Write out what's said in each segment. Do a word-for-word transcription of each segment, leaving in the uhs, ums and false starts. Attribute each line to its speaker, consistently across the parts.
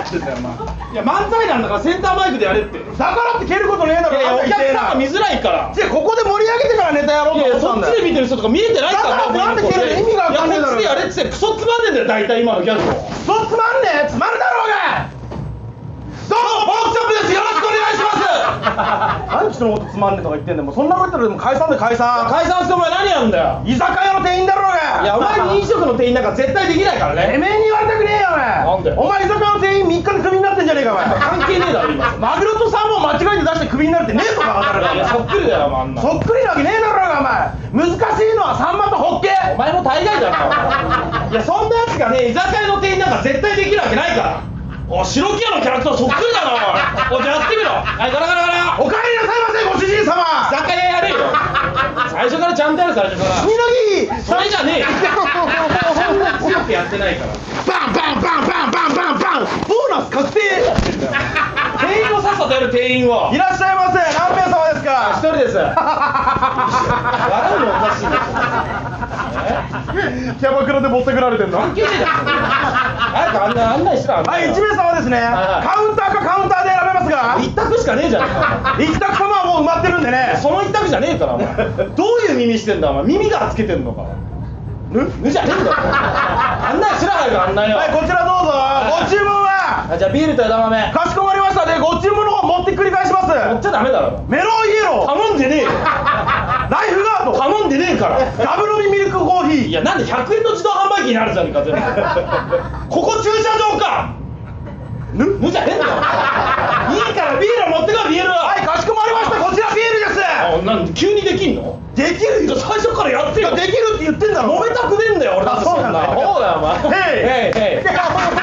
Speaker 1: やってんだよお前。いや漫才なんだからセンターマイクでやれって。
Speaker 2: だからって蹴ることねえだろ。
Speaker 1: いやお客さんが見づらいから。
Speaker 2: じゃあここで盛り上げてからネタやろうと思ったんだよ。
Speaker 1: そっちで見てる人とか見えてないから。
Speaker 2: なんで蹴るの意味が分かんねえだろ。
Speaker 1: いやこっちでやれってクソつまんねえんだよ大体今のギャグも。
Speaker 2: クソつまんねえつまるだろうが。どうもポークチョップです。よろしくお願いします。何人のことつまんねえとか言ってんだよ。もうそんなこと言ったらでも解散で解散。
Speaker 1: 解散してお前何やんだよ。
Speaker 2: 居酒屋の店員だろうが。
Speaker 1: いやお前飲食の店員なんか絶対できないからね。
Speaker 2: てめえに言われたくねえよお前。
Speaker 1: なんで
Speaker 2: お前居酒屋の店員みっかでクビになってんじゃねえかお前。
Speaker 1: 関係ねえだろ今。
Speaker 2: マグロとサーモン間違えて出してクビになるってねえぞバカだろ。
Speaker 1: いやそっくりだよあんな。
Speaker 2: そっくりなわけねえだろうがお前。難しいのはサンマとホッケ。
Speaker 1: お前も大概だろ。いやそんなやつがね居酒屋の店員なんか絶対できるわけないから。お白木屋のキャラクターそっくりだなお前。おじゃあやってみろ。はいガラガラガラ。
Speaker 2: お帰りなさいませご主人様。
Speaker 1: 居酒屋やれよ。最初からちゃんとやる最初から。
Speaker 2: しみのぎ
Speaker 1: それじゃねえよ。強くやってないから。
Speaker 2: バンバンバンバンバンバンバンボーナス確定。
Speaker 1: 店員をさっさとやる店員を。
Speaker 2: いらっしゃいませ。何名様ですか。
Speaker 1: 一人です。笑うのおかしいんですよ。
Speaker 2: キャバクラで持ってくられてんの。
Speaker 1: 関係ねえだろ。早く案内案内しろ。
Speaker 2: はい一名様ですね。カウンターかカウンターで選べますが。
Speaker 1: 一択しかねえじゃん。
Speaker 2: 一択様はもう埋まってるんでね。
Speaker 1: その一択じゃねえからお前。どういう耳してんだお前。耳がつけてんのか。ぬぬじゃねえんだよ。案内しろ早く案内よ。
Speaker 2: はいこちらどうぞ。ご注文は。
Speaker 1: じゃあビールと枝豆。
Speaker 2: かしこまりましたね。ご注文の方持って繰り返します。
Speaker 1: 持っちゃダメだろ。
Speaker 2: メロンイエロー。
Speaker 1: 頼んでねえよ。
Speaker 2: ライフガード。
Speaker 1: 頼んでねえから。
Speaker 2: ダブルミミルクコーヒー。
Speaker 1: いやなんでひゃくえんの自動販売機になるじゃんか全部。ここ駐車場か。ぬぬじゃねえんだよ。いいからビール持ってこいビール。
Speaker 2: はいかしこまりました。こちらビールです。
Speaker 1: あなん急にできんの。
Speaker 2: できるよ。
Speaker 1: 最初からやってよ。
Speaker 2: できるって言ってんだろ。
Speaker 1: 揉めたくねえんだよ俺だってそんな。そうだよお前。へいへいへい。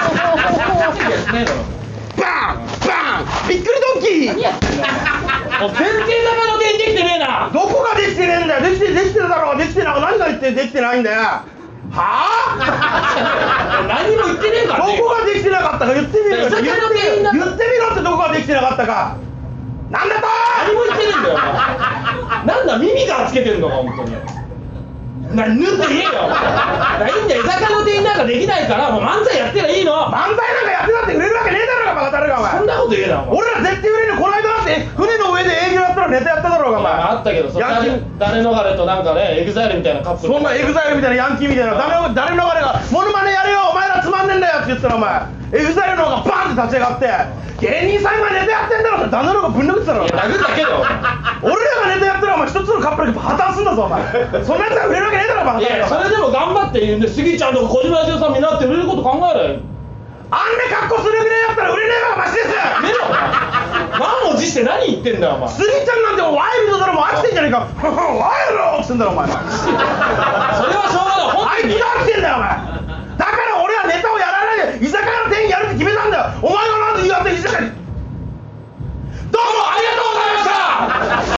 Speaker 2: バンバンびっくりドンキー。
Speaker 1: 何やってんだよ。もう全然中の店員できてねえな。
Speaker 2: どこができてねえんだよ。できてできてるだろう。できてない。何が言ってできてないんだよ。はあ
Speaker 1: 何も言ってねえからね。
Speaker 2: どこができてなかったか言ってみろよ。言ってみろってどこができてなかったか。なんだと。
Speaker 1: 何も言ってねえんだよお前。なんだ耳がつけてんのか本当に。なぬって言えよ。いいんだよ居酒屋の店員なんかできないからもう漫才やってりゃいいの。
Speaker 2: 漫才なんかやってたって売れるわけねえだろうがバカタレがお前。
Speaker 1: そんなこと言えなお前。
Speaker 2: 俺ら絶対売れる。この間だって船の上で営業やったらネタやっただろうがお前。
Speaker 1: あったけどそれ誰逃れとなんかねエグザイルみたいなカップル。
Speaker 2: そんなエグザイルみたいなヤンキーみたいな誰誰逃れがモノマネやれよお前らつまんねえんだよって言ったらお前エグザイルの方がバンって立ち上がって芸人さんがネタやってんだろって旦那の方がぶん殴ってたろ。
Speaker 1: 殴ったけど
Speaker 2: 俺らがネタやったらお前一つのカップルが破綻すんだぞお前。そんなやつが売れるわけねえだろバカ。
Speaker 1: いやそれでも頑張って言うんでスギちゃんとか小島よしおさんになって売れること考えろよ。
Speaker 2: あんな格好するぐらいやったら売れねえわがマシです。
Speaker 1: やめろお前。満を持して何言ってんだよお前。
Speaker 2: スギちゃんなんてワイルドだろもう飽きてんじゃねえか。ワイルドっつってんだろお前。それ
Speaker 1: はしょうがない。
Speaker 2: あいつが飽きてんだよお前。だから俺はネタをやらないで居酒屋の店員やるって決めたんだよ。お前がなんで居酒屋